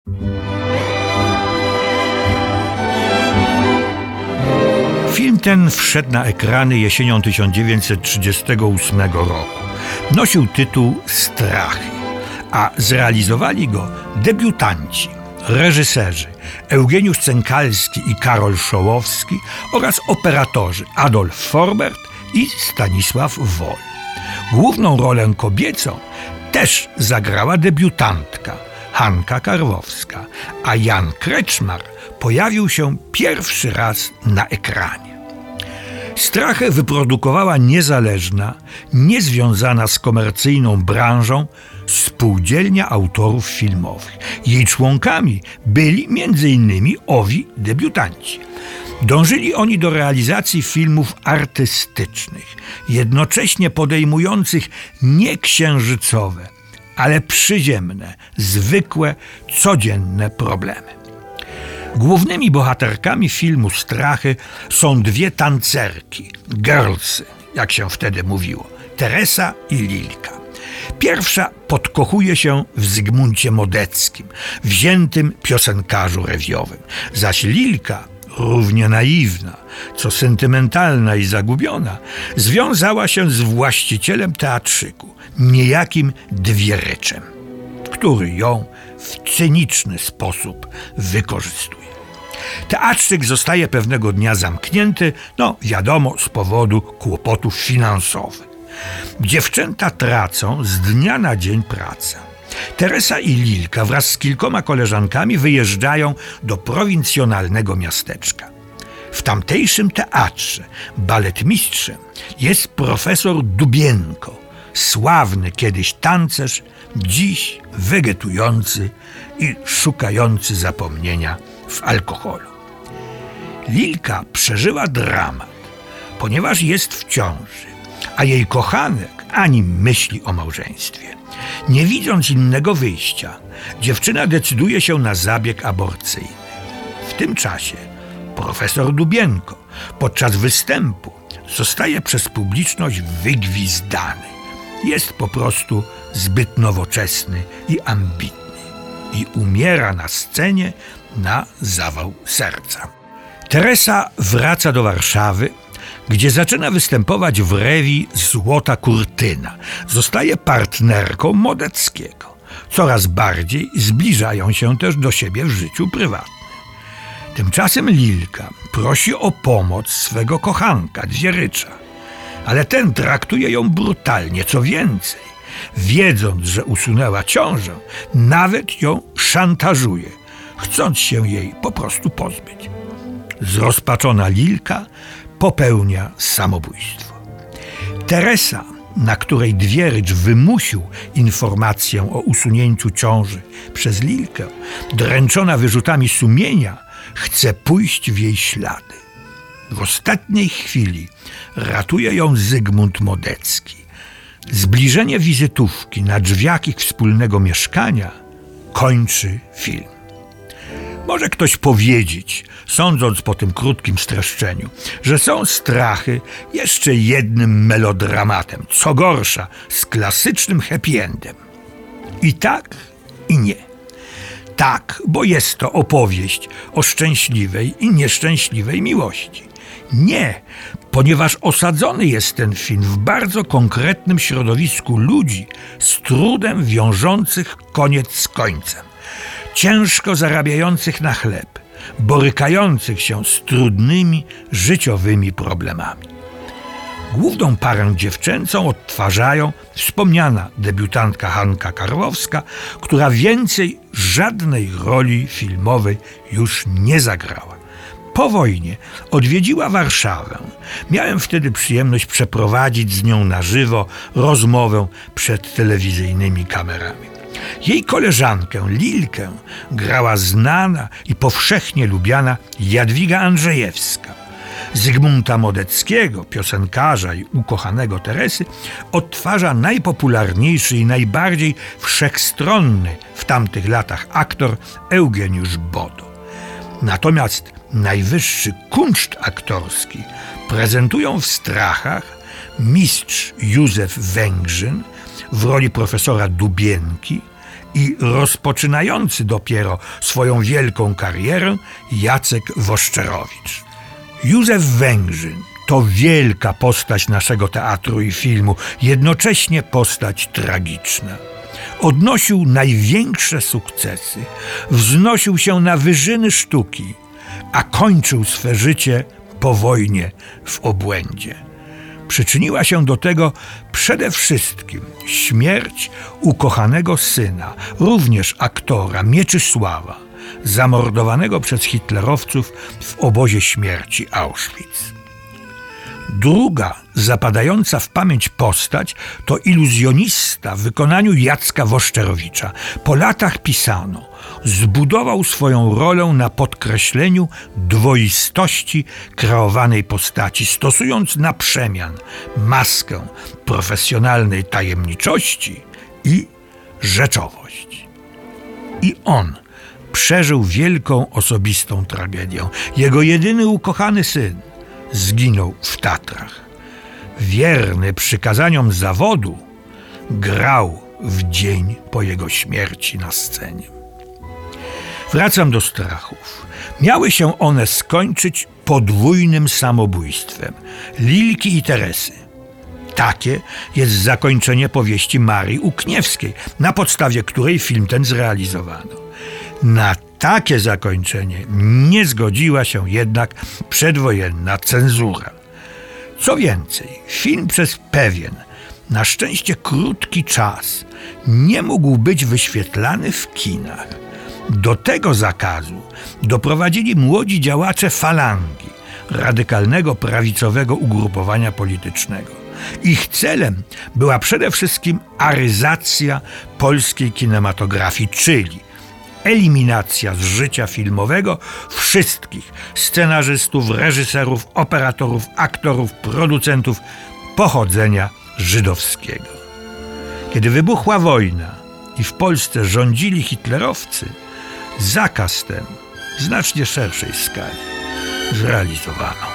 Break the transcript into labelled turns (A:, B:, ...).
A: Film ten wszedł na ekrany jesienią 1938 roku. Nosił tytuł Strachy, a zrealizowali go debiutanci, reżyserzy Eugeniusz Cękalski i Karol Szołowski oraz operatorzy Adolf Forbert i Stanisław Woll. Główną rolę kobiecą też zagrała debiutantka Hanka Karwowska, a Jan Kreczmar pojawił się pierwszy raz na ekranie. Strachę wyprodukowała niezależna, niezwiązana z komercyjną branżą Spółdzielnia Autorów Filmowych. Jej członkami byli m.in. owi debiutanci. Dążyli oni do realizacji filmów artystycznych, jednocześnie podejmujących nie księżycowe, ale przyziemne, zwykłe, codzienne problemy. Głównymi bohaterkami filmu Strachy są dwie tancerki, girlsy, jak się wtedy mówiło, Teresa i Lilka. Pierwsza podkochuje się w Zygmuncie Modeckim, wziętym piosenkarzu rewiowym, zaś Lilka, równie naiwna, co sentymentalna i zagubiona, związała się z właścicielem teatrzyku, niejakim Dwieryczem, który ją w cyniczny sposób wykorzystuje. Teatrzyk zostaje pewnego dnia zamknięty, wiadomo, z powodu kłopotów finansowych. Dziewczęta tracą z dnia na dzień pracę. Teresa i Lilka wraz z kilkoma koleżankami wyjeżdżają do prowincjonalnego miasteczka. W tamtejszym teatrze baletmistrzem jest profesor Dubienko, sławny kiedyś tancerz, dziś wegetujący i szukający zapomnienia w alkoholu. Lilka przeżyła dramat, ponieważ jest w ciąży, a jej kochanek ani myśli o małżeństwie. Nie widząc innego wyjścia, dziewczyna decyduje się na zabieg aborcyjny. W tym czasie profesor Dubienko podczas występu zostaje przez publiczność wygwizdany. Jest po prostu zbyt nowoczesny i ambitny i umiera na scenie na zawał serca. Teresa wraca do Warszawy, gdzie zaczyna występować w rewi Złota Kurtyna. Zostaje partnerką Modeckiego. Coraz bardziej zbliżają się też do siebie w życiu prywatnym. Tymczasem Lilka prosi o pomoc swego kochanka, Dwierycza, ale ten traktuje ją brutalnie, co więcej, wiedząc, że usunęła ciążę, nawet ją szantażuje, chcąc się jej po prostu pozbyć. Zrozpaczona Lilka popełnia samobójstwo. Teresa, na której Dwierycz wymusił informację o usunięciu ciąży przez Lilkę, dręczona wyrzutami sumienia, chce pójść w jej ślady. W ostatniej chwili ratuje ją Zygmunt Modecki. Zbliżenie wizytówki na drzwiach ich wspólnego mieszkania kończy film. Może ktoś powiedzieć, sądząc po tym krótkim streszczeniu, że są Strachy jeszcze jednym melodramatem, co gorsza, z klasycznym happy endem. I tak, i nie. Tak, bo jest to opowieść o szczęśliwej i nieszczęśliwej miłości. Nie, ponieważ osadzony jest ten film w bardzo konkretnym środowisku ludzi z trudem wiążących koniec z końcem, ciężko zarabiających na chleb, borykających się z trudnymi życiowymi problemami. Główną parę dziewczęcą odtwarzają wspomniana debiutantka Hanka Karwowska, która więcej żadnej roli filmowej już nie zagrała. Po wojnie odwiedziła Warszawę. Miałem wtedy przyjemność przeprowadzić z nią na żywo rozmowę przed telewizyjnymi kamerami. Jej koleżankę Lilkę grała znana i powszechnie lubiana Jadwiga Andrzejewska. Zygmunta Modeckiego, piosenkarza i ukochanego Teresy, odtwarza najpopularniejszy i najbardziej wszechstronny w tamtych latach aktor Eugeniusz Bodo. Natomiast najwyższy kunszt aktorski prezentują w Strachach mistrz Józef Węgrzyn w roli profesora Dubienki i rozpoczynający dopiero swoją wielką karierę Jacek Woszczerowicz. Józef Węgrzyn to wielka postać naszego teatru i filmu, jednocześnie postać tragiczna. Odnosił największe sukcesy, wznosił się na wyżyny sztuki, a kończył swe życie po wojnie w obłędzie. Przyczyniła się do tego przede wszystkim śmierć ukochanego syna, również aktora Mieczysława, zamordowanego przez hitlerowców w obozie śmierci Auschwitz. Druga zapadająca w pamięć postać to iluzjonista w wykonaniu Jacka Woszczerowicza. Po latach pisano, zbudował swoją rolę na podkreśleniu dwoistości kreowanej postaci, stosując na przemian maskę profesjonalnej tajemniczości i rzeczowość. I on przeżył wielką osobistą tragedię. Jego jedyny ukochany syn zginął w Tatrach. Wierny przykazaniom zawodu, grał w dzień po jego śmierci na scenie. Wracam do strachów. Miały się one skończyć podwójnym samobójstwem Lilki i Teresy. Takie jest zakończenie powieści Marii Ukniewskiej, na podstawie której film ten zrealizowano. Na takie zakończenie nie zgodziła się jednak przedwojenna cenzura. Co więcej, film przez pewien, na szczęście krótki czas, nie mógł być wyświetlany w kinach. Do tego zakazu doprowadzili młodzi działacze Falangi, radykalnego prawicowego ugrupowania politycznego. Ich celem była przede wszystkim aryzacja polskiej kinematografii, czyli eliminacja z życia filmowego wszystkich scenarzystów, reżyserów, operatorów, aktorów, producentów pochodzenia żydowskiego. Kiedy wybuchła wojna i w Polsce rządzili hitlerowcy, zakaz ten w znacznie szerszej skali zrealizowano.